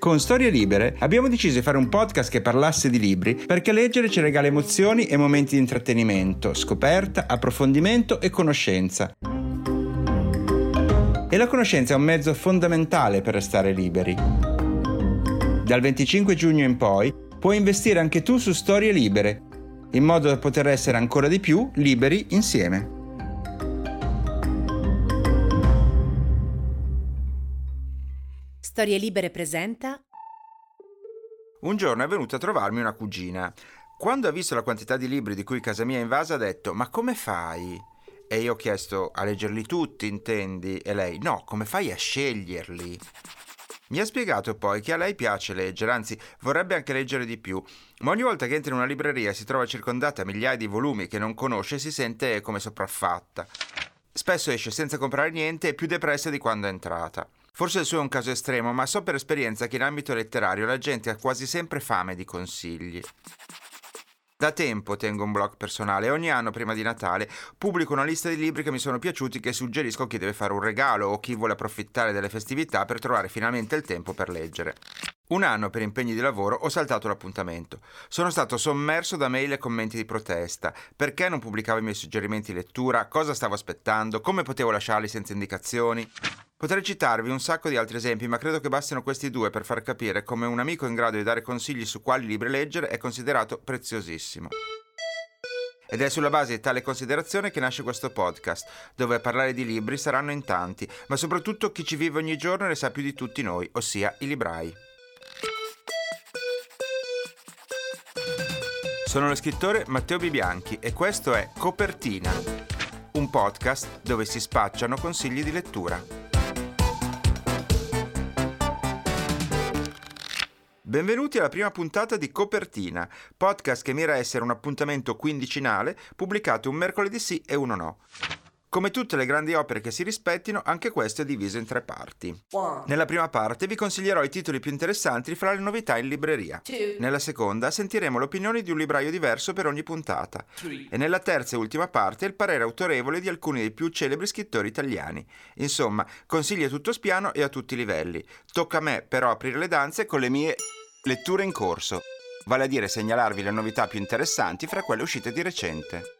Con Storie Libere abbiamo deciso di fare un podcast che parlasse di libri perché leggere ci regala emozioni e momenti di intrattenimento, scoperta, approfondimento e conoscenza. E la conoscenza è un mezzo fondamentale per restare liberi. Dal 25 giugno in poi puoi investire anche tu su Storie Libere, in modo da poter essere ancora di più liberi insieme. Storie Libere presenta. Un giorno è venuta a trovarmi una cugina. Quando ha visto la quantità di libri di cui casa mia è invasa ha detto: "Ma come fai?" E io ho chiesto: "A leggerli tutti, intendi?" E lei: "No, come fai a sceglierli?" Mi ha spiegato poi che a lei piace leggere, anzi vorrebbe anche leggere di più, ma ogni volta che entra in una libreria e si trova circondata da migliaia di volumi che non conosce si sente come sopraffatta. Spesso esce senza comprare niente e più depressa di quando è entrata. Forse il suo è un caso estremo, ma so per esperienza che in ambito letterario la gente ha quasi sempre fame di consigli. Da tempo tengo un blog personale e ogni anno prima di Natale pubblico una lista di libri che mi sono piaciuti che suggerisco a chi deve fare un regalo o chi vuole approfittare delle festività per trovare finalmente il tempo per leggere. Un anno per impegni di lavoro ho saltato l'appuntamento. Sono stato sommerso da mail e commenti di protesta. Perché non pubblicavo i miei suggerimenti di lettura? Cosa stavo aspettando? Come potevo lasciarli senza indicazioni? Potrei citarvi un sacco di altri esempi, ma credo che bastino questi due per far capire come un amico in grado di dare consigli su quali libri leggere è considerato preziosissimo. Ed è sulla base di tale considerazione che nasce questo podcast, dove a parlare di libri saranno in tanti, ma soprattutto chi ci vive ogni giorno ne sa più di tutti noi, ossia i librai. Sono lo scrittore Matteo Bibianchi e questo è Copertina, un podcast dove si spacciano consigli di lettura. Benvenuti alla prima puntata di Copertina, podcast che mira a essere un appuntamento quindicinale pubblicato un mercoledì sì e uno no. Come tutte le grandi opere che si rispettino, anche questo è diviso in 3 parti. Nella prima parte vi consiglierò i titoli più interessanti fra le novità in libreria. Nella seconda sentiremo l'opinione di un libraio diverso per ogni puntata. E nella terza e ultima parte il parere autorevole di alcuni dei più celebri scrittori italiani. Insomma, consigli a tutto spiano e a tutti i livelli. Tocca a me però aprire le danze con le mie letture in corso, vale a dire segnalarvi le novità più interessanti fra quelle uscite di recente.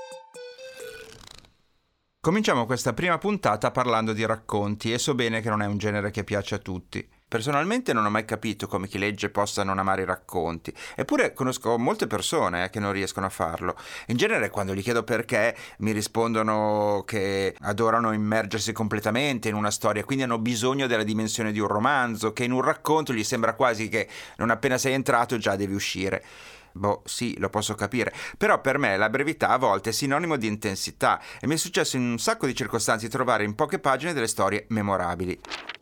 Cominciamo questa prima puntata parlando di racconti e so bene che non è un genere che piace a tutti. Personalmente non ho mai capito come chi legge possa non amare i racconti, eppure conosco molte persone che non riescono a farlo. In genere quando gli chiedo perché mi rispondono che adorano immergersi completamente in una storia, quindi hanno bisogno della dimensione di un romanzo, che in un racconto gli sembra quasi che non appena sei entrato già devi uscire. Boh, sì, lo posso capire, però per me la brevità a volte è sinonimo di intensità e mi è successo in un sacco di circostanze di trovare in poche pagine delle storie memorabili.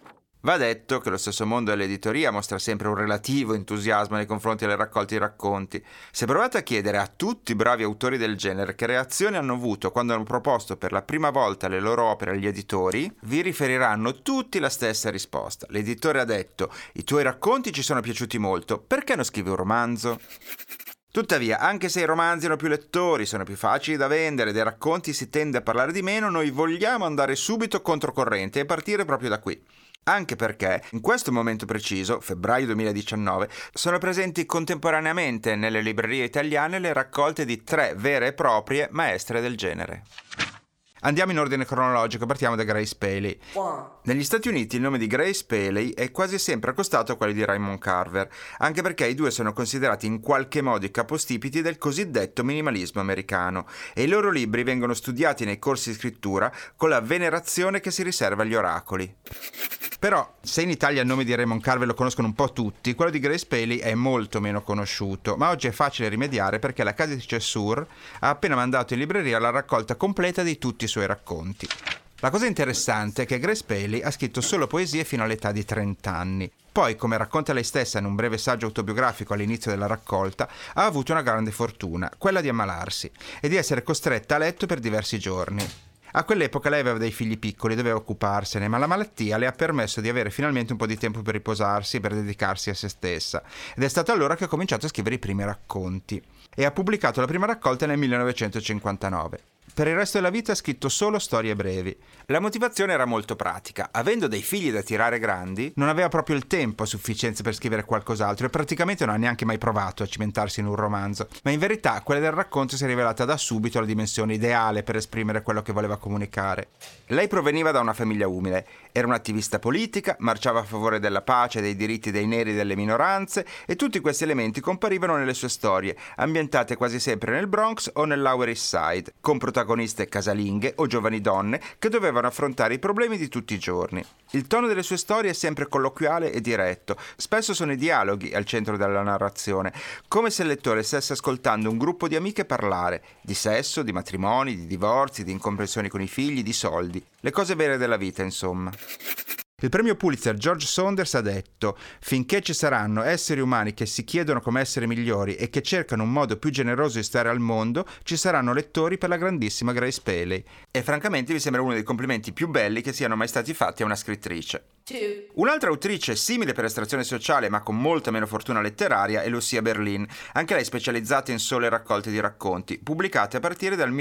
Va detto che lo stesso mondo dell'editoria mostra sempre un relativo entusiasmo nei confronti delle raccolte di racconti. Se provate a chiedere a tutti i bravi autori del genere che reazioni hanno avuto quando hanno proposto per la prima volta le loro opere agli editori, vi riferiranno tutti la stessa risposta. L'editore ha detto: "I tuoi racconti ci sono piaciuti molto, perché non scrivi un romanzo?" Tuttavia, anche se i romanzi hanno più lettori, sono più facili da vendere, dei racconti si tende a parlare di meno, noi vogliamo andare subito controcorrente e partire proprio da qui. Anche perché, in questo momento preciso, febbraio 2019, sono presenti contemporaneamente nelle librerie italiane le raccolte di 3 vere e proprie maestre del genere. Andiamo in ordine cronologico, partiamo da Grace Paley. Negli Stati Uniti il nome di Grace Paley è quasi sempre accostato a quello di Raymond Carver, anche perché i due sono considerati in qualche modo i capostipiti del cosiddetto minimalismo americano e i loro libri vengono studiati nei corsi di scrittura con la venerazione che si riserva agli oracoli. Però, se in Italia il nome di Raymond Carver lo conoscono un po' tutti, quello di Grace Paley è molto meno conosciuto, ma oggi è facile rimediare perché la casa editrice Sur ha appena mandato in libreria la raccolta completa di tutti i suoi racconti. La cosa interessante è che Grace Paley ha scritto solo poesie fino all'età di 30 anni. Poi, come racconta lei stessa in un breve saggio autobiografico all'inizio della raccolta, ha avuto una grande fortuna, quella di ammalarsi e di essere costretta a letto per diversi giorni. A quell'epoca lei aveva dei figli piccoli, doveva occuparsene, ma la malattia le ha permesso di avere finalmente un po' di tempo per riposarsi e per dedicarsi a se stessa. Ed è stato allora che ha cominciato a scrivere i primi racconti. E ha pubblicato la prima raccolta nel 1959. Per il resto della vita ha scritto solo storie brevi. La motivazione era molto pratica. Avendo dei figli da tirare grandi, non aveva proprio il tempo a sufficienza per scrivere qualcos'altro e praticamente non ha neanche mai provato a cimentarsi in un romanzo. Ma in verità quella del racconto si è rivelata da subito la dimensione ideale per esprimere quello che voleva comunicare. Lei proveniva da una famiglia umile, era un'attivista politica, marciava a favore della pace, dei diritti dei neri e delle minoranze, e tutti questi elementi comparivano nelle sue storie, ambientate quasi sempre nel Bronx o nel Lower East Side, con protagoniste casalinghe o giovani donne che dovevano affrontare i problemi di tutti i giorni. Il tono delle sue storie è sempre colloquiale e diretto, spesso sono i dialoghi al centro della narrazione, come se il lettore stesse ascoltando un gruppo di amiche parlare di sesso, di matrimoni, di divorzi, di incomprensioni con i figli, di soldi, le cose vere della vita, insomma. Il premio Pulitzer George Saunders ha detto: finché ci saranno esseri umani che si chiedono come essere migliori e che cercano un modo più generoso di stare al mondo, ci saranno lettori per la grandissima Grace Paley. E francamente mi sembra uno dei complimenti più belli che siano mai stati fatti a una scrittrice. Un'altra autrice simile per estrazione sociale ma con molta meno fortuna letteraria è Lucia Berlin, anche lei specializzata in sole raccolte di racconti, pubblicate a partire dal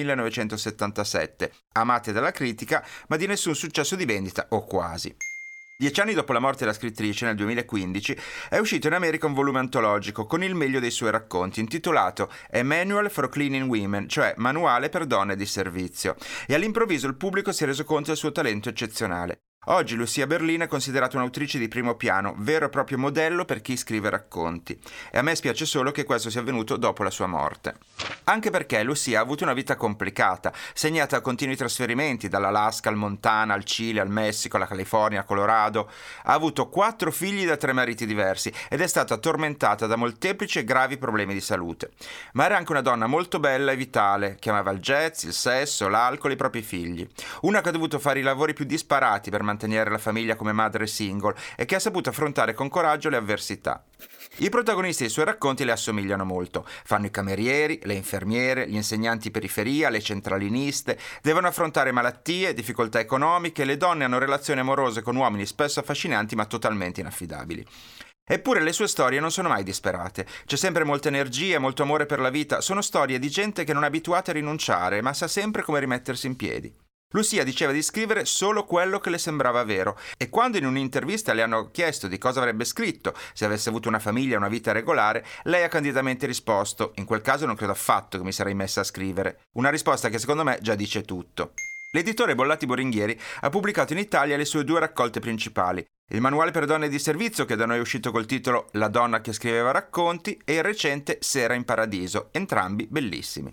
1977, amate dalla critica ma di nessun successo di vendita o quasi. 10 anni dopo la morte della scrittrice, nel 2015, è uscito in America un volume antologico con il meglio dei suoi racconti, intitolato A Manual for Cleaning Women, cioè Manuale per donne di servizio, e all'improvviso il pubblico si è reso conto del suo talento eccezionale. Oggi Lucia Berlin è considerata un'autrice di primo piano, vero e proprio modello per chi scrive racconti. E a me spiace solo che questo sia avvenuto dopo la sua morte. Anche perché Lucia ha avuto una vita complicata, segnata da continui trasferimenti dall'Alaska al Montana, al Cile, al Messico, alla California, al Colorado. Ha avuto 4 figli da 3 mariti diversi ed è stata tormentata da molteplici e gravi problemi di salute. Ma era anche una donna molto bella e vitale, che amava il jazz, il sesso, l'alcol e i propri figli. Una che ha dovuto fare i lavori più disparati per mantenere la famiglia come madre single e che ha saputo affrontare con coraggio le avversità. I protagonisti dei suoi racconti le assomigliano molto. Fanno i camerieri, le infermiere, gli insegnanti periferia, le centraliniste, devono affrontare malattie, difficoltà economiche, le donne hanno relazioni amorose con uomini spesso affascinanti ma totalmente inaffidabili. Eppure le sue storie non sono mai disperate. C'è sempre molta energia, molto amore per la vita. Sono storie di gente che non è abituata a rinunciare, ma sa sempre come rimettersi in piedi. Lucia diceva di scrivere solo quello che le sembrava vero e quando in un'intervista le hanno chiesto di cosa avrebbe scritto se avesse avuto una famiglia e una vita regolare, lei ha candidamente risposto: in quel caso non credo affatto che mi sarei messa a scrivere. Una risposta che secondo me già dice tutto. L'editore Bollati Boringhieri ha pubblicato in Italia le sue 2 raccolte principali: il manuale per donne di servizio, che da noi è uscito col titolo La donna che scriveva racconti, e il recente Sera in Paradiso, entrambi bellissimi.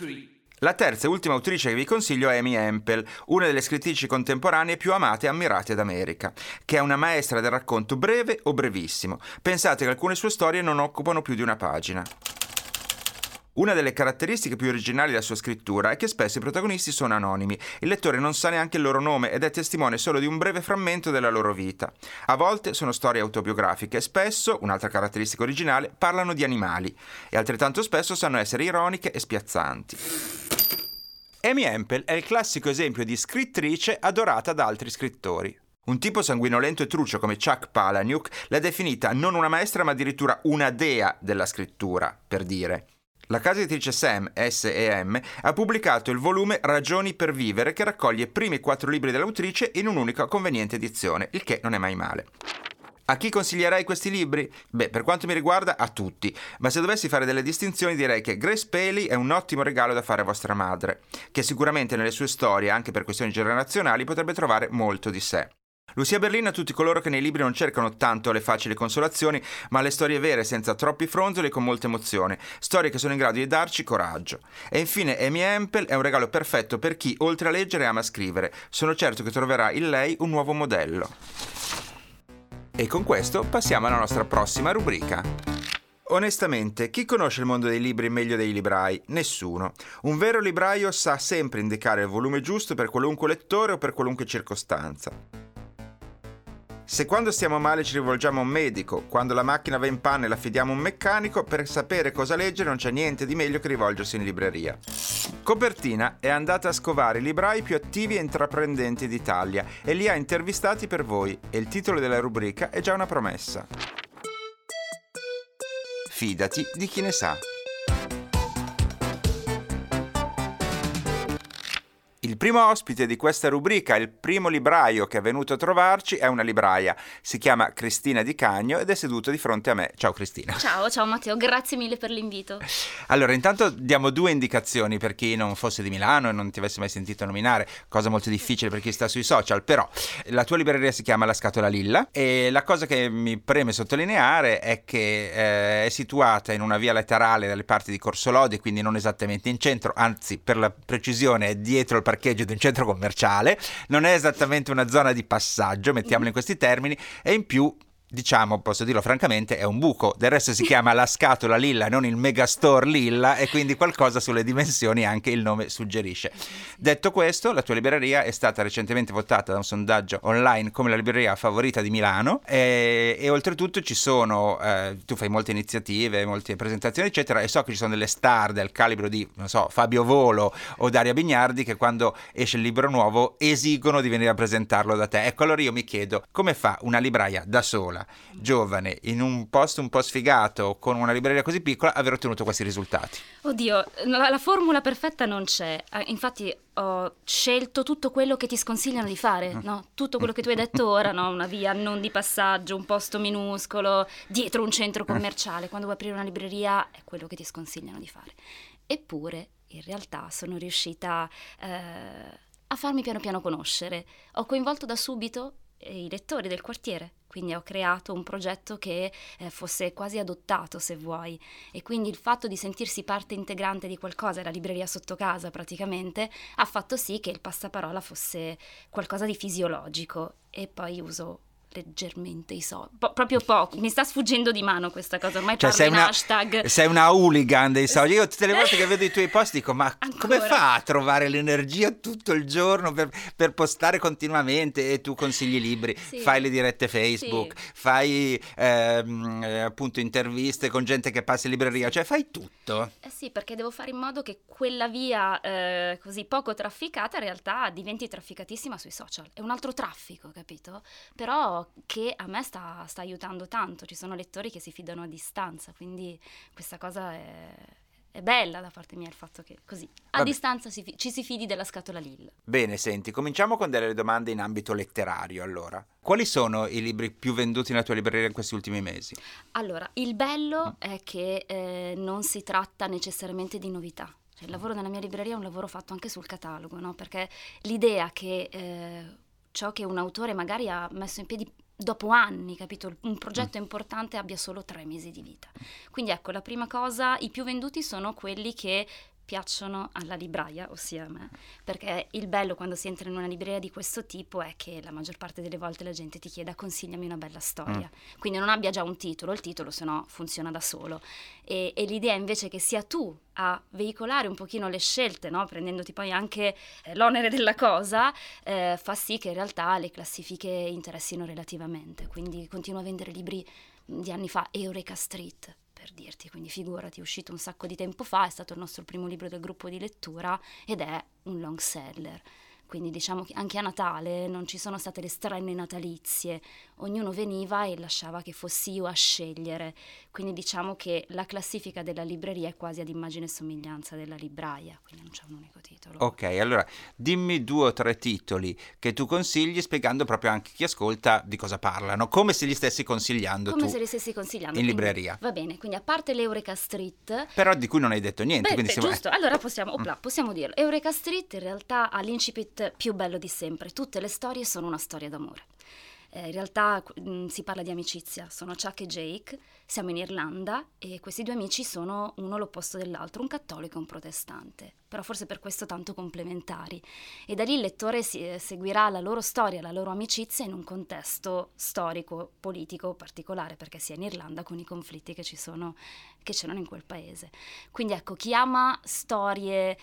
La terza e ultima autrice che vi consiglio è Amy Hempel, una delle scrittrici contemporanee più amate e ammirate d'America, che è una maestra del racconto breve o brevissimo. Pensate che alcune sue storie non occupano più di una pagina. Una delle caratteristiche più originali della sua scrittura è che spesso i protagonisti sono anonimi. Il lettore non sa neanche il loro nome ed è testimone solo di un breve frammento della loro vita. A volte sono storie autobiografiche, spesso, un'altra caratteristica originale, parlano di animali e altrettanto spesso sanno essere ironiche e spiazzanti. Amy Hempel è il classico esempio di scrittrice adorata da altri scrittori. Un tipo sanguinolento e trucio come Chuck Palahniuk l'ha definita non una maestra ma addirittura una dea della scrittura, per dire. La casa editrice Sam, S&M, ha pubblicato il volume Ragioni per vivere, che raccoglie i primi 4 libri dell'autrice in un'unica conveniente edizione, il che non è mai male. A chi consiglierei questi libri? Beh, per quanto mi riguarda, a tutti, ma se dovessi fare delle distinzioni direi che Grace Paley è un ottimo regalo da fare a vostra madre, che sicuramente nelle sue storie, anche per questioni generazionali, potrebbe trovare molto di sé. Lucia Berlin a tutti coloro che nei libri non cercano tanto le facili consolazioni, ma le storie vere senza troppi fronzoli e con molta emozione, storie che sono in grado di darci coraggio. E infine Amy Hempel è un regalo perfetto per chi, oltre a leggere, ama scrivere. Sono certo che troverà in lei un nuovo modello. E con questo passiamo alla nostra prossima rubrica. Onestamente, chi conosce il mondo dei libri meglio dei librai? Nessuno. Un vero libraio sa sempre indicare il volume giusto per qualunque lettore o per qualunque circostanza. Se quando stiamo male ci rivolgiamo a un medico, quando la macchina va in panne la affidiamo a un meccanico, per sapere cosa leggere non c'è niente di meglio che rivolgersi in libreria. Copertina è andata a scovare i librai più attivi e intraprendenti d'Italia e li ha intervistati per voi e il titolo della rubrica è già una promessa. Fidati di chi ne sa. primo ospite di questa rubrica, il primo libraio che è venuto a trovarci, è una libraia. Si chiama Cristina Di Cagno ed è seduto di fronte a me. Ciao Cristina. Ciao Matteo, grazie mille per l'invito. Allora, intanto diamo 2 indicazioni per chi non fosse di Milano e non ti avesse mai sentito nominare, cosa molto difficile per chi sta sui social, però la tua libreria si chiama La Scatola Lilla e la cosa che mi preme sottolineare è che è situata in una via laterale dalle parti di Corso Lodi, quindi non esattamente in centro, anzi per la precisione è dietro il parcheggio di un centro commerciale, non è esattamente una zona di passaggio, mettiamolo in questi termini, e in più, diciamo, posso dirlo francamente, è un buco. Del resto si chiama La Scatola Lilla, non il Megastore Lilla, e quindi qualcosa sulle dimensioni anche il nome suggerisce. Detto questo, la tua libreria è stata recentemente votata da un sondaggio online come la libreria favorita di Milano e oltretutto ci sono, tu fai molte iniziative, molte presentazioni eccetera, e so che ci sono delle star del calibro di, non so, Fabio Volo o Daria Bignardi che quando esce il libro nuovo esigono di venire a presentarlo da te. Ecco, allora io mi chiedo, come fa una libraia da sola, giovane, in un posto un po' sfigato, con una libreria così piccola, aver ottenuto questi risultati? Oddio, la formula perfetta non c'è. Infatti ho scelto tutto quello che ti sconsigliano di fare, no? Tutto quello che tu hai detto ora, no? Una via non di passaggio, un posto minuscolo, dietro un centro commerciale. Quando vuoi aprire una libreria è quello che ti sconsigliano di fare. Eppure, in realtà, sono riuscita a farmi piano piano conoscere. Ho coinvolto da subito i lettori del quartiere, quindi ho creato un progetto che fosse quasi adottato, se vuoi, e quindi il fatto di sentirsi parte integrante di qualcosa, la libreria sotto casa praticamente, ha fatto sì che il passaparola fosse qualcosa di fisiologico. E poi uso leggermente i proprio poco, mi sta sfuggendo di mano questa cosa, ormai parlo in hashtag. Sei una hooligan dei social. Io tutte le volte che vedo i tuoi post dico, ma come fa a trovare l'energia tutto il giorno per postare continuamente? E tu consigli libri, sì, fai le dirette Facebook, sì, fai appunto interviste con gente che passa in libreria, cioè fai tutto. Sì, perché devo fare in modo che quella via così poco trafficata in realtà diventi trafficatissima sui social. È un altro traffico, capito? Però che a me sta aiutando tanto. Ci sono lettori che si fidano a distanza, quindi questa cosa è bella da parte mia, il fatto che così a distanza ci si fidi della Scatola Lilla. Bene, senti, cominciamo con delle domande in ambito letterario. Allora, quali sono i libri più venduti nella tua libreria in questi ultimi mesi? Allora, il bello è che non si tratta necessariamente di novità. Cioè, il lavoro nella mia libreria è un lavoro fatto anche sul catalogo, no? Perché l'idea che ciò che un autore magari ha messo in piedi dopo anni, capito? Un progetto importante abbia solo 3 mesi di vita. Quindi ecco, la prima cosa, i più venduti sono quelli che piacciono alla libraia, ossia a me, perché il bello quando si entra in una libreria di questo tipo è che la maggior parte delle volte la gente ti chiede consigliami una bella storia, quindi non abbia già un titolo, il titolo se no funziona da solo, e l'idea invece che sia tu a veicolare un pochino le scelte, no? Prendendoti poi anche l'onere della cosa, fa sì che in realtà le classifiche interessino relativamente, quindi continuo a vendere libri di anni fa, Eureka Street, per dirti, quindi figurati, è uscito un sacco di tempo fa, è stato il nostro primo libro del gruppo di lettura ed è un long seller. Quindi diciamo che anche a Natale non ci sono state le strenne natalizie, ognuno veniva e lasciava che fossi io a scegliere, quindi diciamo che la classifica della libreria è quasi ad immagine e somiglianza della libraia, quindi non c'è un unico titolo. Ok, allora dimmi 2 o 3 titoli che tu consigli, spiegando proprio anche a chi ascolta di cosa parlano, come se li stessi consigliando come tu se li stessi consigliando in quindi, libreria. Va bene, quindi a parte l'Eureka Street, però di cui non hai detto niente, quindi giusto, allora possiamo dirlo. Eureka Street in realtà ha l'incipit più bello di sempre, tutte le storie sono una storia d'amore. In realtà si parla di amicizia, sono Chuck e Jake, siamo in Irlanda e questi 2 amici sono uno l'opposto dell'altro, un cattolico e un protestante, però forse per questo tanto complementari, e da lì il lettore seguirà la loro storia, la loro amicizia in un contesto storico, politico particolare, perché si è in Irlanda con i conflitti che c'erano in quel paese. Quindi ecco, chi ama storie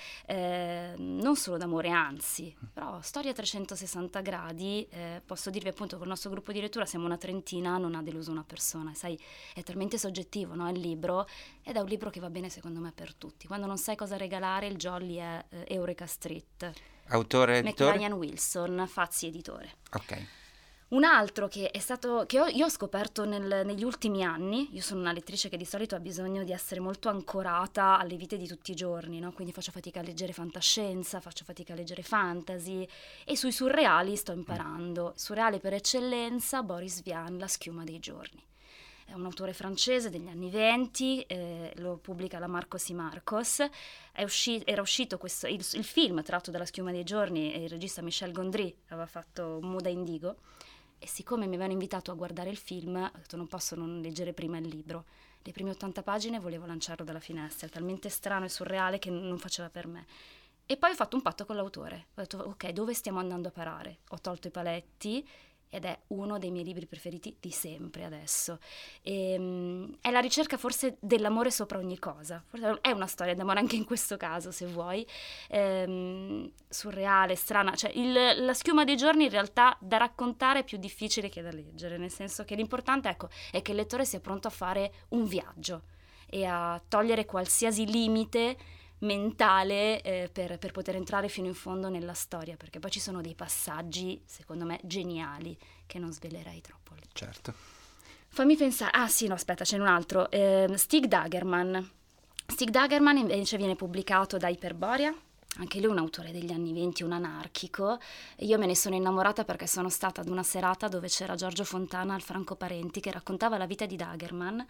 non solo d'amore, anzi, però storie a 360 gradi, posso dirvi appunto con il nostro gruppo di lettura siamo una trentina, non ha deluso una persona, sai, è talmente soggettivo, no, il libro, ed è un libro che va bene secondo me per tutti. Quando non sai cosa regalare, il jolly è Eureka Street. Autore, editore? McLaren Wilson, Fazzi editore. Ok. Un altro che è stato, io ho scoperto negli ultimi anni. Io sono una lettrice che di solito ha bisogno di essere molto ancorata alle vite di tutti i giorni, no? Quindi faccio fatica a leggere fantascienza, faccio fatica a leggere fantasy, e sui surreali sto imparando. Surreale per eccellenza, Boris Vian, La schiuma dei giorni. È un autore francese degli anni 20, lo pubblica la Marcos y Marcos. Era uscito il film tratto dalla schiuma dei giorni, e il regista Michel Gondry aveva fatto Muda Indigo, e siccome mi avevano invitato a guardare il film, ho detto non posso non leggere prima il libro. Le prime 80 pagine volevo lanciarlo dalla finestra, è talmente strano e surreale che non faceva per me. E poi ho fatto un patto con l'autore, ho detto ok, dove stiamo andando a parare? Ho tolto i paletti, ed è uno dei miei libri preferiti di sempre adesso. È la ricerca forse dell'amore sopra ogni cosa. Forse è una storia d'amore anche in questo caso, se vuoi. Surreale, strana. Cioè, La schiuma dei giorni in realtà da raccontare è più difficile che da leggere, nel senso che l'importante, ecco, è che il lettore sia pronto a fare un viaggio e a togliere qualsiasi limite mentale per poter entrare fino in fondo nella storia, perché poi ci sono dei passaggi secondo me geniali che non svelerei troppo. Certo. Fammi pensare, aspetta, c'è un altro, Stig Dagerman invece viene pubblicato da Iperborea. Anche lui è un autore degli anni 20, un anarchico. Io me ne sono innamorata perché sono stata ad una serata dove c'era Giorgio Fontana al Franco Parenti che raccontava la vita di Dagerman,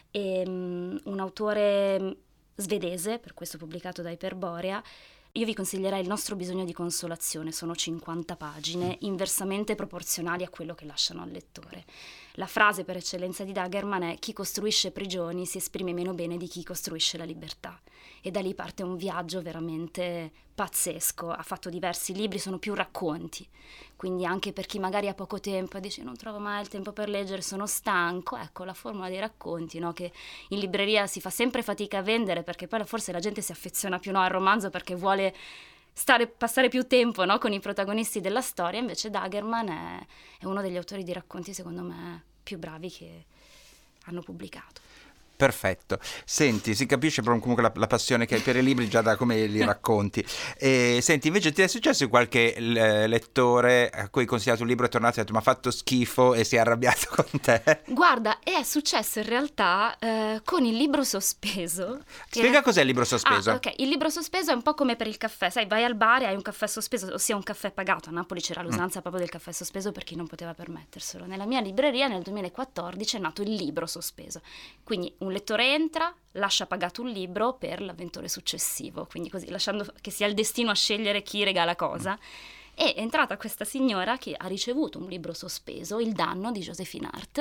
un autore svedese, per questo pubblicato da Iperborea. Io vi consiglierei Il nostro bisogno di consolazione, sono 50 pagine, inversamente proporzionali a quello che lasciano al lettore. La frase per eccellenza di Dagerman è: chi costruisce prigioni si esprime meno bene di chi costruisce la libertà. E da lì parte un viaggio veramente pazzesco. Ha fatto diversi libri, sono più racconti, quindi anche per chi magari ha poco tempo e dice non trovo mai il tempo per leggere, sono stanco, ecco la formula dei racconti, no? Che in libreria si fa sempre fatica a vendere, perché poi forse la gente si affeziona più, no, al romanzo perché vuole passare più tempo, no, con i protagonisti della storia. Invece Dagerman è uno degli autori di racconti secondo me più bravi che hanno pubblicato. Perfetto. Senti, si capisce proprio comunque la passione che hai per i libri già da come li racconti. E senti, invece ti è successo qualche lettore a cui hai consigliato un libro e è tornato e ha detto ma ha fatto schifo e si è arrabbiato con te? Guarda, è successo in realtà con il libro sospeso. Spiega cos'è il libro sospeso. Ok, il libro sospeso è un po' come per il caffè, sai, vai al bar e hai un caffè sospeso, ossia un caffè pagato. A Napoli c'era l'usanza proprio del caffè sospeso per chi non poteva permetterselo. Nella mia libreria nel 2014 è nato il libro sospeso, quindi un lettore entra, lascia pagato un libro per l'avventore successivo, quindi così lasciando che sia il destino a scegliere chi regala cosa. E è entrata questa signora che ha ricevuto un libro sospeso, Il danno di Joséphine Hart,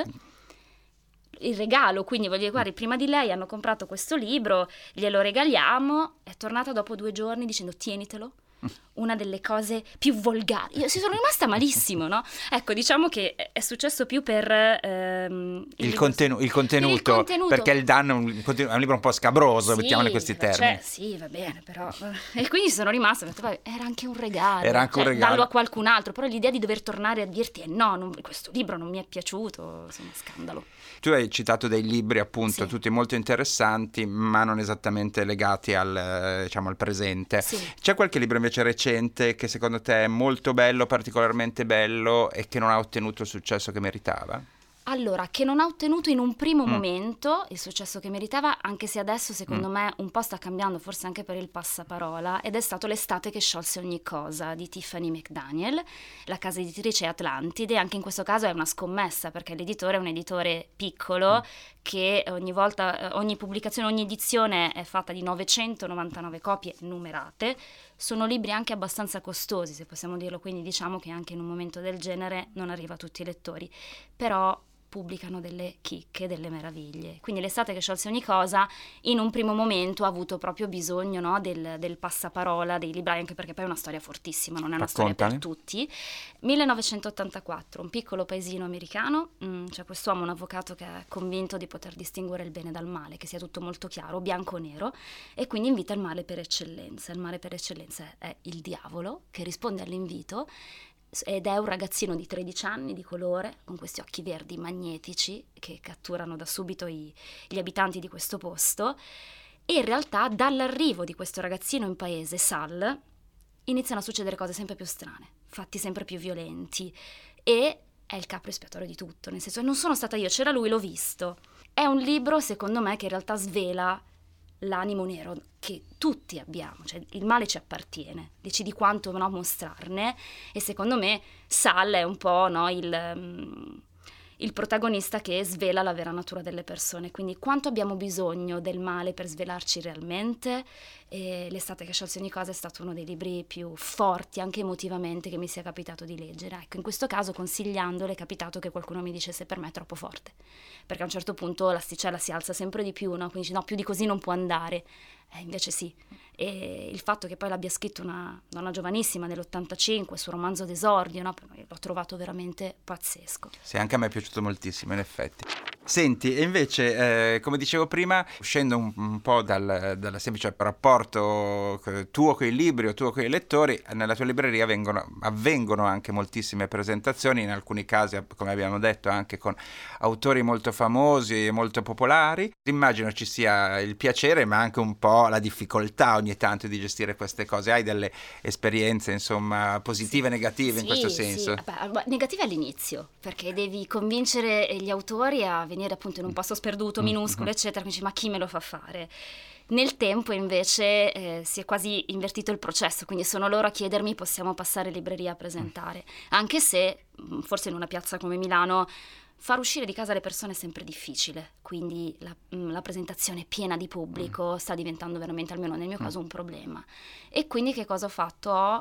il regalo, quindi voglio dire, guardi, prima di lei hanno comprato questo libro, glielo regaliamo. È tornata dopo 2 giorni dicendo tienitelo, una delle cose più volgari. Io sono rimasta malissimo, no? Ecco, diciamo che è successo più per il contenuto, perché Il danno è un libro un po' scabroso, sì, mettiamolo in questi termini. Sì, va bene, però e quindi sono rimasta, ho detto, vabbè, era anche un regalo, regalo, dallo a qualcun altro, però l'idea di dover tornare a dirti questo libro non mi è piaciuto, insomma, scandalo. Tu hai citato dei libri appunto tutti molto interessanti, ma non esattamente legati al presente. Sì. C'è qualche libro invece recente che secondo te è molto bello, particolarmente bello, e che non ha ottenuto il successo che meritava? Allora, che non ha ottenuto in un primo momento il successo che meritava, anche se adesso secondo me un po' sta cambiando, forse anche per il passaparola, ed è stato L'estate che sciolse ogni cosa di Tiffany McDaniel. La casa editrice è Atlantide, anche in questo caso è una scommessa perché l'editore è un editore piccolo che ogni volta, ogni pubblicazione, ogni edizione è fatta di 999 copie numerate. Sono libri anche abbastanza costosi, se possiamo dirlo, quindi diciamo che anche in un momento del genere non arriva a tutti i lettori, però pubblicano delle chicche, delle meraviglie. Quindi L'estate che sciolse ogni cosa in un primo momento ha avuto proprio bisogno, no, del passaparola dei librai, anche perché poi è una storia fortissima, non è una storia per tutti. 1984, un piccolo paesino americano, c'è quest'uomo, un avvocato che è convinto di poter distinguere il bene dal male, che sia tutto molto chiaro, bianco o nero, e quindi invita il male per eccellenza. Il male per eccellenza è il diavolo, che risponde all'invito, ed è un ragazzino di 13 anni di colore con questi occhi verdi magnetici che catturano da subito gli abitanti di questo posto, e in realtà dall'arrivo di questo ragazzino in paese, Sal, iniziano a succedere cose sempre più strane, fatti sempre più violenti, e è il capro espiatorio di tutto, nel senso non sono stata io, c'era lui, l'ho visto. È un libro, secondo me, che in realtà svela l'animo nero che tutti abbiamo, cioè il male ci appartiene, decidi quanto no, mostrarne, e secondo me Sal è un po', no, il protagonista che svela la vera natura delle persone, quindi quanto abbiamo bisogno del male per svelarci realmente. E L'estate che sciolse ogni cosa è stato uno dei libri più forti anche emotivamente che mi sia capitato di leggere. Ecco, in questo caso, consigliandolo, è capitato che qualcuno mi dicesse: per me è troppo forte, perché a un certo punto l'asticella si alza sempre di più, no? Quindi dici: no, più di così non può andare. Invece sì. E il fatto che poi l'abbia scritto una donna giovanissima nell'85, suo romanzo d'esordio, no? L'ho trovato veramente pazzesco. Sì, anche a me è piaciuto moltissimo, in effetti. Senti, e invece, come dicevo prima, uscendo un po' dal semplice rapporto tuo con i libri o tuo con i lettori, nella tua libreria avvengono anche moltissime presentazioni, in alcuni casi, come abbiamo detto, anche con autori molto famosi e molto popolari. Immagino ci sia il piacere, ma anche un po' la difficoltà ogni tanto di gestire queste cose. Hai delle esperienze, insomma, positive e negative in questo senso? Sì. Beh, negative all'inizio, perché devi convincere gli autori a venire appunto in un posto sperduto, minuscolo, eccetera, quindi dici: ma chi me lo fa fare? Nel tempo invece si è quasi invertito il processo, quindi sono loro a chiedermi: possiamo passare libreria a presentare? Anche se forse in una piazza come Milano far uscire di casa le persone è sempre difficile, quindi la presentazione piena di pubblico sta diventando veramente, almeno nel mio caso, un problema. E quindi che cosa ho fatto? Ho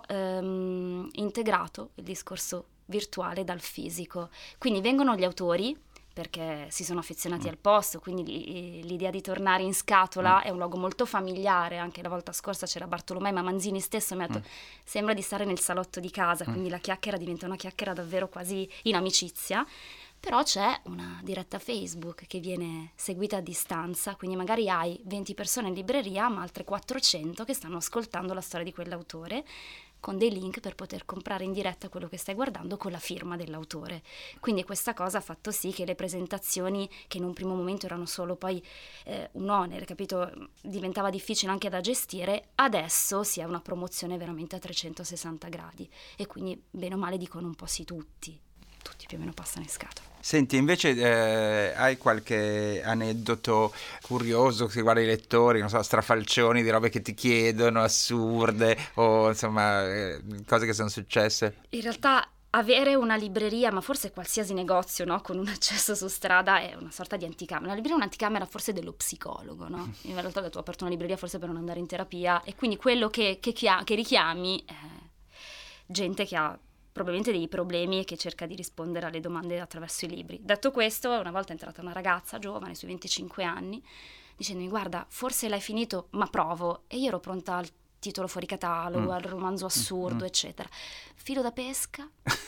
integrato il discorso virtuale dal fisico, quindi vengono gli autori perché si sono affezionati al posto, quindi l'idea di tornare in scatola è un luogo molto familiare. Anche la volta scorsa c'era Bartolomei, ma Manzini stesso mi ha detto: sembra di stare nel salotto di casa, quindi la chiacchiera diventa una chiacchiera davvero quasi in amicizia. Però c'è una diretta Facebook che viene seguita a distanza, quindi magari hai 20 persone in libreria, ma altre 400 che stanno ascoltando la storia di quell'autore, con dei link per poter comprare in diretta quello che stai guardando con la firma dell'autore. Quindi questa cosa ha fatto sì che le presentazioni, che in un primo momento erano solo poi un onere, capito, diventava difficile anche da gestire, adesso sia una promozione veramente a 360 gradi, e quindi bene o male dicono un po' sì tutti più o meno passano in scatola. Senti, invece hai qualche aneddoto curioso che riguarda i lettori, non so, strafalcioni di robe che ti chiedono, assurde, o insomma cose che sono successe? In realtà avere una libreria, ma forse qualsiasi negozio, no, con un accesso su strada, è una sorta di anticamera. La libreria è un'anticamera forse dello psicologo, no? In realtà tu hai aperto una libreria forse per non andare in terapia, e quindi quello che richiami è gente che ha probabilmente dei problemi e che cerca di rispondere alle domande attraverso i libri. Detto questo, una volta è entrata una ragazza giovane, sui 25 anni, dicendomi: guarda, forse l'hai finito, ma provo. E io ero pronta al titolo fuori catalogo, al romanzo assurdo, eccetera. Filo da pesca?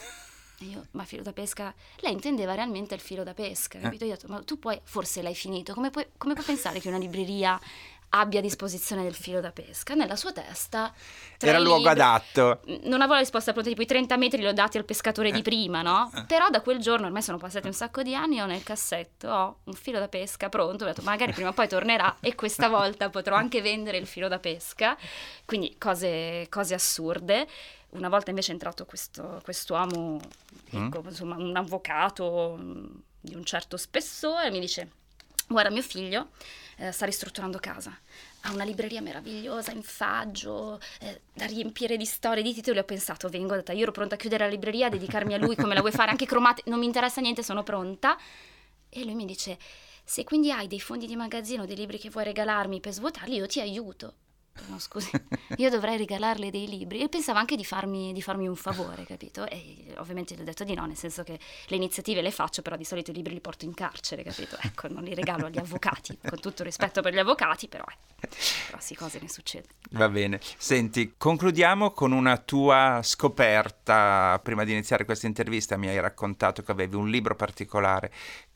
E io: ma filo da pesca? Lei intendeva realmente il filo da pesca, capito? Io ho detto: ma tu forse l'hai finito, come puoi pensare che una libreria abbia a disposizione del filo da pesca? Nella sua testa era il luogo adatto. Non avevo la risposta pronta, tipo i 30 metri li ho dati al pescatore di prima, no? Però da quel giorno, ormai sono passati un sacco di anni, ho nel cassetto ho un filo da pesca pronto, ho detto magari prima o poi tornerà e questa volta potrò anche vendere il filo da pesca. Quindi cose assurde. Una volta invece è entrato quest'uomo, ecco, insomma, un avvocato di un certo spessore, e mi dice: guarda, mio figlio sta ristrutturando casa, ha una libreria meravigliosa in Faggio, da riempire di storie, di titoli. Ho pensato: vengo, ho detto, io ero pronta a chiudere la libreria, a dedicarmi a lui, come la vuoi fare, anche cromate, non mi interessa niente, sono pronta. E lui mi dice: se quindi hai dei fondi di magazzino, dei libri che vuoi regalarmi per svuotarli, io ti aiuto. No, scusi, io dovrei regalarle dei libri. E pensavo anche di farmi un favore, capito? E ovviamente gli ho detto di no, nel senso che le iniziative le faccio, però di solito i libri li porto in carcere, capito? Ecco, non li regalo agli avvocati, con tutto il rispetto per gli avvocati, però sì, cose ne succedono. Va bene. Senti, concludiamo con una tua scoperta. Prima di iniziare questa intervista mi hai raccontato che avevi un libro particolare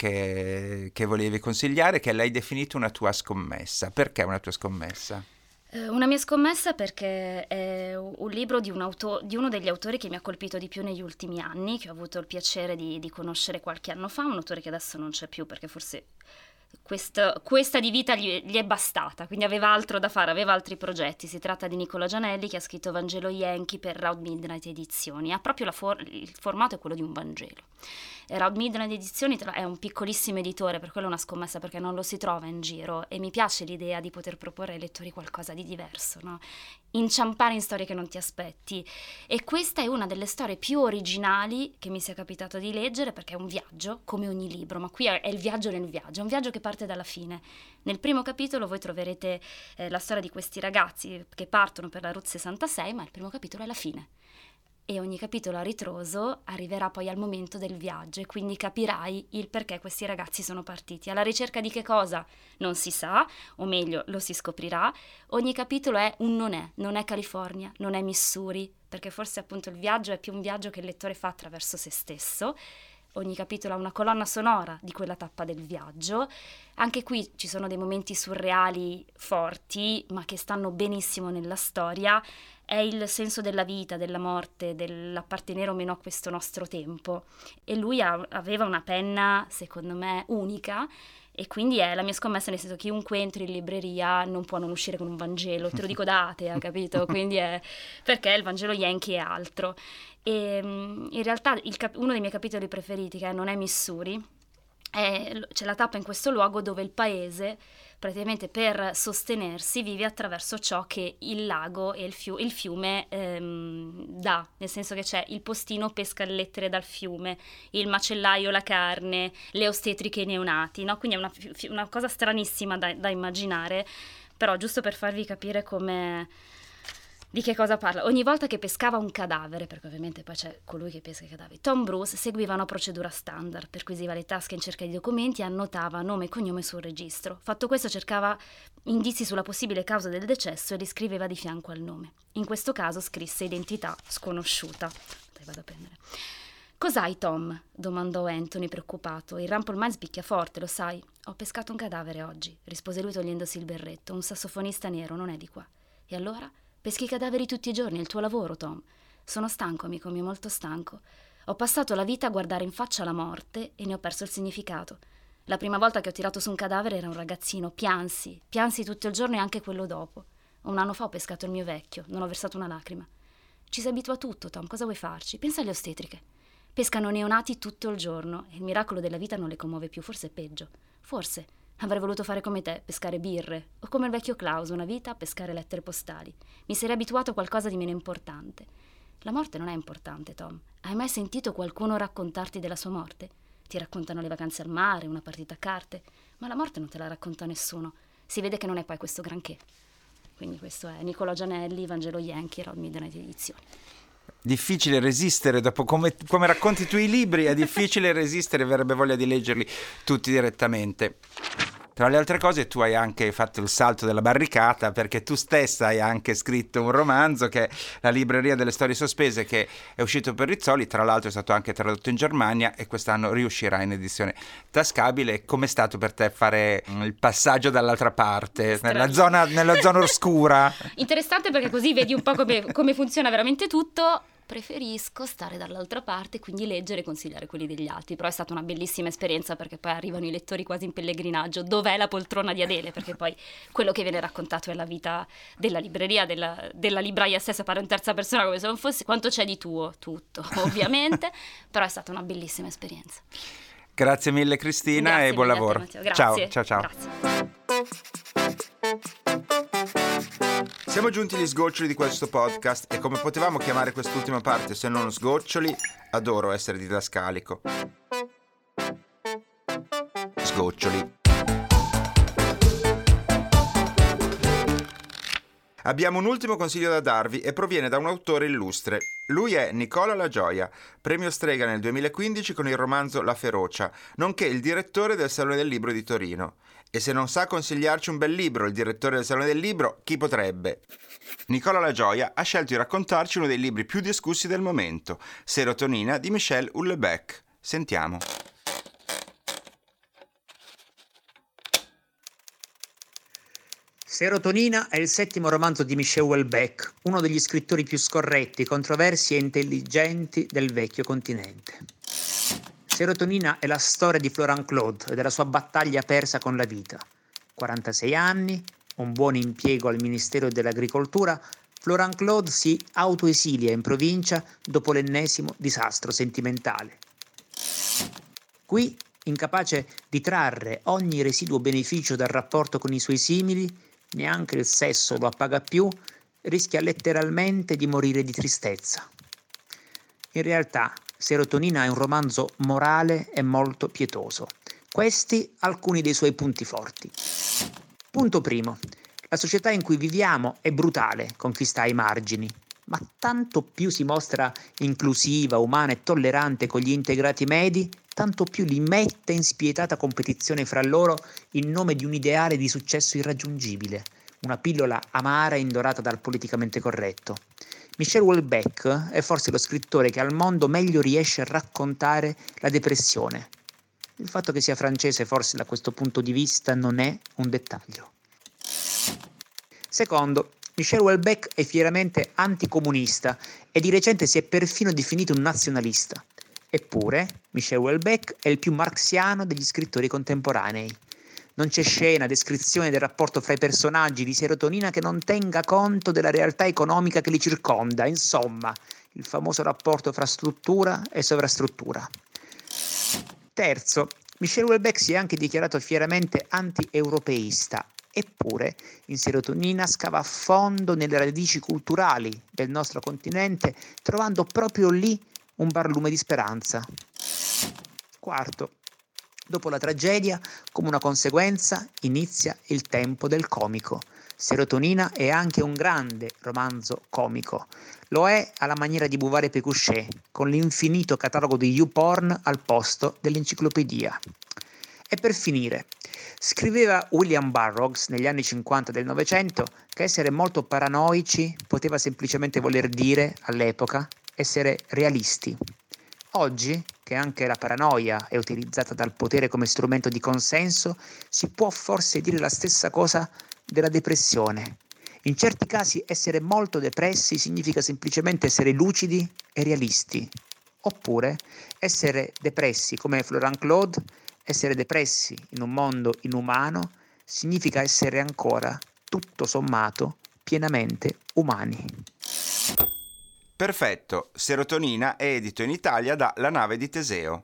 che volevi consigliare, che l'hai definito una tua scommessa. Perché una tua scommessa? Una mia scommessa perché è un libro di uno degli autori che mi ha colpito di più negli ultimi anni, che ho avuto il piacere di conoscere qualche anno fa, un autore che adesso non c'è più perché forse questa di vita gli è bastata, quindi aveva altro da fare, aveva altri progetti. Si tratta di Nicola Gianelli, che ha scritto Vangelo Yankee per Round Midnight Edizioni. Ha proprio il formato è quello di un Vangelo. Round Midnight Edizioni è un piccolissimo editore, per quello è una scommessa, perché non lo si trova in giro, e mi piace l'idea di poter proporre ai lettori qualcosa di diverso, no? Inciampare in storie che non ti aspetti, e questa è una delle storie più originali che mi sia capitato di leggere, perché è un viaggio come ogni libro, ma qui è il viaggio nel viaggio, è un viaggio che parte dalla fine. Nel primo capitolo voi troverete la storia di questi ragazzi che partono per la Route 66, ma il primo capitolo è la fine. E ogni capitolo a ritroso arriverà poi al momento del viaggio, e quindi capirai il perché questi ragazzi sono partiti. Alla ricerca di che cosa? Non si sa, o meglio, lo si scoprirà. Ogni capitolo è un non è California, non è Missouri, perché forse appunto il viaggio è più un viaggio che il lettore fa attraverso se stesso. Ogni capitolo ha una colonna sonora di quella tappa del viaggio. Anche qui ci sono dei momenti surreali forti, ma che stanno benissimo nella storia. È il senso della vita, della morte, dell'appartenere o meno a questo nostro tempo. E lui aveva una penna, secondo me, unica, e quindi è la mia scommessa, nel senso che chiunque entri in libreria non può non uscire con un Vangelo, te lo dico da atea, capito? Quindi è perché il Vangelo Yankee è altro. E in realtà uno dei miei capitoli preferiti, che non è Missouri, c'è la tappa in questo luogo dove il paese praticamente per sostenersi vive attraverso ciò che il lago e il fiume dà, nel senso che c'è il postino pesca le lettere dal fiume, il macellaio la carne, le ostetriche i neonati, no? Quindi è una cosa stranissima da immaginare, però giusto per farvi capire di che cosa parla. Ogni volta che pescava un cadavere, perché ovviamente poi c'è colui che pesca i cadaveri, Tom Bruce seguiva una procedura standard, perquisiva le tasche in cerca di documenti e annotava nome e cognome sul registro. Fatto questo cercava indizi sulla possibile causa del decesso e li scriveva di fianco al nome. In questo caso scrisse identità sconosciuta. Dai, vado a prendere. «Cos'hai, Tom?» domandò Anthony preoccupato. «Il Rumpel Miles picchia forte, lo sai?» «Ho pescato un cadavere oggi», rispose lui togliendosi il berretto. «Un sassofonista nero, non è di qua». «E allora?» «Peschi i cadaveri tutti i giorni, è il tuo lavoro, Tom». «Sono stanco, amico mio, molto stanco. Ho passato la vita a guardare in faccia la morte e ne ho perso il significato. La prima volta che ho tirato su un cadavere era un ragazzino, piansi tutto il giorno e anche quello dopo. 1 anno fa ho pescato il mio vecchio, non ho versato una lacrima». «Ci si abitua a tutto, Tom, cosa vuoi farci? Pensa alle ostetriche. Pescano neonati tutto il giorno e il miracolo della vita non le commuove più, forse è peggio. Forse avrei voluto fare come te, pescare birre, o come il vecchio Klaus, una vita a pescare lettere postali. Mi sarei abituato a qualcosa di meno importante. La morte non è importante, Tom. Hai mai sentito qualcuno raccontarti della sua morte? Ti raccontano le vacanze al mare, una partita a carte, ma la morte non te la racconta nessuno. Si vede che non è poi questo granché». Quindi questo è Nicola Gianelli, Vangelo Yankee, Round Midnight Edizioni. Difficile resistere, dopo come racconti tu i libri, è difficile resistere, verrebbe voglia di leggerli tutti direttamente. Tra le altre cose tu hai anche fatto il salto della barricata, perché tu stessa hai anche scritto un romanzo che è La libreria delle storie sospese, che è uscito per Rizzoli, tra l'altro è stato anche tradotto in Germania e quest'anno riuscirà in edizione tascabile. Com'è stato per te fare il passaggio dall'altra parte, nella zona oscura? Interessante, perché così vedi un po' come funziona veramente tutto. Preferisco stare dall'altra parte, quindi leggere e consigliare quelli degli altri, però è stata una bellissima esperienza, perché poi arrivano i lettori quasi in pellegrinaggio. Dov'è la poltrona di Adele? Perché poi quello che viene raccontato è la vita della libreria, della libraia stessa, parlo in terza persona come se non fosse. Quanto c'è di tuo? Tutto, ovviamente, però è stata una bellissima esperienza. Grazie mille Cristina. Grazie, e buon lavoro. Grazie. Ciao. Grazie. Siamo giunti agli sgoccioli di questo podcast, e come potevamo chiamare quest'ultima parte se non sgoccioli? Adoro essere didascalico. Sgoccioli. Abbiamo un ultimo consiglio da darvi e proviene da un autore illustre. Lui è Nicola La Gioia, premio Strega nel 2015 con il romanzo La ferocia, nonché il direttore del Salone del Libro di Torino. E se non sa consigliarci un bel libro, il direttore del Salone del Libro, chi potrebbe? Nicola La Gioia ha scelto di raccontarci uno dei libri più discussi del momento, Serotonina di Michel Houellebecq. Sentiamo. Serotonina è il 7° romanzo di Michel Houellebecq, uno degli scrittori più scorretti, controversi e intelligenti del vecchio continente. Serotonina è la storia di Florent Claude e della sua battaglia persa con la vita. 46 anni, un buon impiego al Ministero dell'Agricoltura, Florent Claude si autoesilia in provincia dopo l'ennesimo disastro sentimentale. Qui, incapace di trarre ogni residuo beneficio dal rapporto con i suoi simili, neanche il sesso lo appaga più, rischia letteralmente di morire di tristezza. In realtà, Serotonina è un romanzo morale e molto pietoso. Questi alcuni dei suoi punti forti. Punto primo. La società in cui viviamo è brutale con chi sta ai margini, ma tanto più si mostra inclusiva, umana e tollerante con gli integrati medi, tanto più li mette in spietata competizione fra loro in nome di un ideale di successo irraggiungibile, una pillola amara indorata dal politicamente corretto. Michel Houellebecq è forse lo scrittore che al mondo meglio riesce a raccontare la depressione. Il fatto che sia francese forse da questo punto di vista non è un dettaglio. Secondo, Michel Houellebecq è fieramente anticomunista e di recente si è perfino definito un nazionalista. Eppure, Michel Houellebecq è il più marxiano degli scrittori contemporanei. Non c'è scena, descrizione del rapporto fra i personaggi di Serotonina che non tenga conto della realtà economica che li circonda. Insomma, il famoso rapporto fra struttura e sovrastruttura. Terzo, Michel Houellebecq si è anche dichiarato fieramente anti-europeista. Eppure, in Serotonina scava a fondo nelle radici culturali del nostro continente, trovando proprio lì un barlume di speranza. Quarto, dopo la tragedia, come una conseguenza, inizia il tempo del comico. Serotonina è anche un grande romanzo comico. Lo è alla maniera di Bouvard e Pécuchet, con l'infinito catalogo di YouPorn al posto dell'enciclopedia. E per finire, scriveva William Burroughs negli anni 50 del Novecento che essere molto paranoici poteva semplicemente voler dire, all'epoca, essere realisti. Oggi, che anche la paranoia è utilizzata dal potere come strumento di consenso, si può forse dire la stessa cosa della depressione. In certi casi essere molto depressi significa semplicemente essere lucidi e realisti. Oppure essere depressi come Florent Claude, essere depressi in un mondo inumano, significa essere ancora, tutto sommato, pienamente umani. Perfetto, Serotonina è edito in Italia da La Nave di Teseo.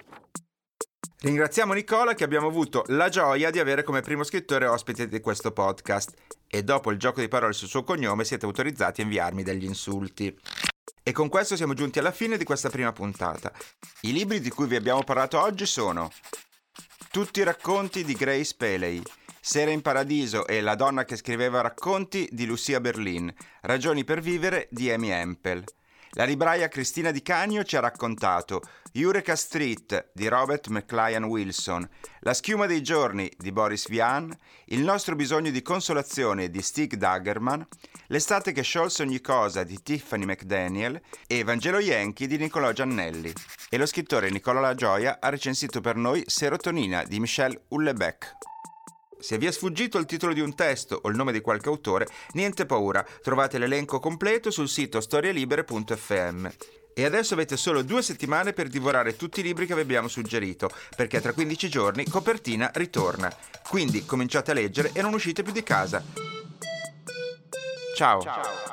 Ringraziamo Nicola che abbiamo avuto la gioia di avere come primo scrittore ospite di questo podcast e dopo il gioco di parole sul suo cognome siete autorizzati a inviarmi degli insulti. E con questo siamo giunti alla fine di questa prima puntata. I libri di cui vi abbiamo parlato oggi sono Tutti i racconti di Grace Paley, Sera in Paradiso e La donna che scriveva racconti di Lucia Berlin, Ragioni per vivere di Amy Hempel. La libraia Cristina Di Canio ci ha raccontato Eureka Street di Robert McLean Wilson, La schiuma dei giorni di Boris Vian, Il nostro bisogno di consolazione di Stig Dagerman, L'estate che sciolse ogni cosa di Tiffany McDaniel e Vangelo Yankee di Niccolò Giannelli. E lo scrittore Nicola La Gioia ha recensito per noi Serotonina di Michel Houellebecq. Se vi è sfuggito il titolo di un testo o il nome di qualche autore, niente paura, trovate l'elenco completo sul sito storielibere.fm. E adesso avete solo 2 settimane per divorare tutti i libri che vi abbiamo suggerito, perché tra 15 giorni Copertina ritorna. Quindi cominciate a leggere e non uscite più di casa. Ciao.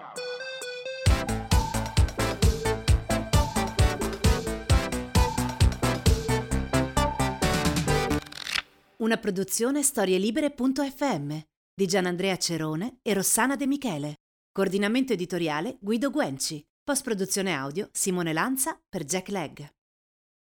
Una produzione storielibere.fm di Gianandrea Cerone e Rossana De Michele. Coordinamento editoriale Guido Guenci. Post-produzione audio Simone Lanza per Jack Legg.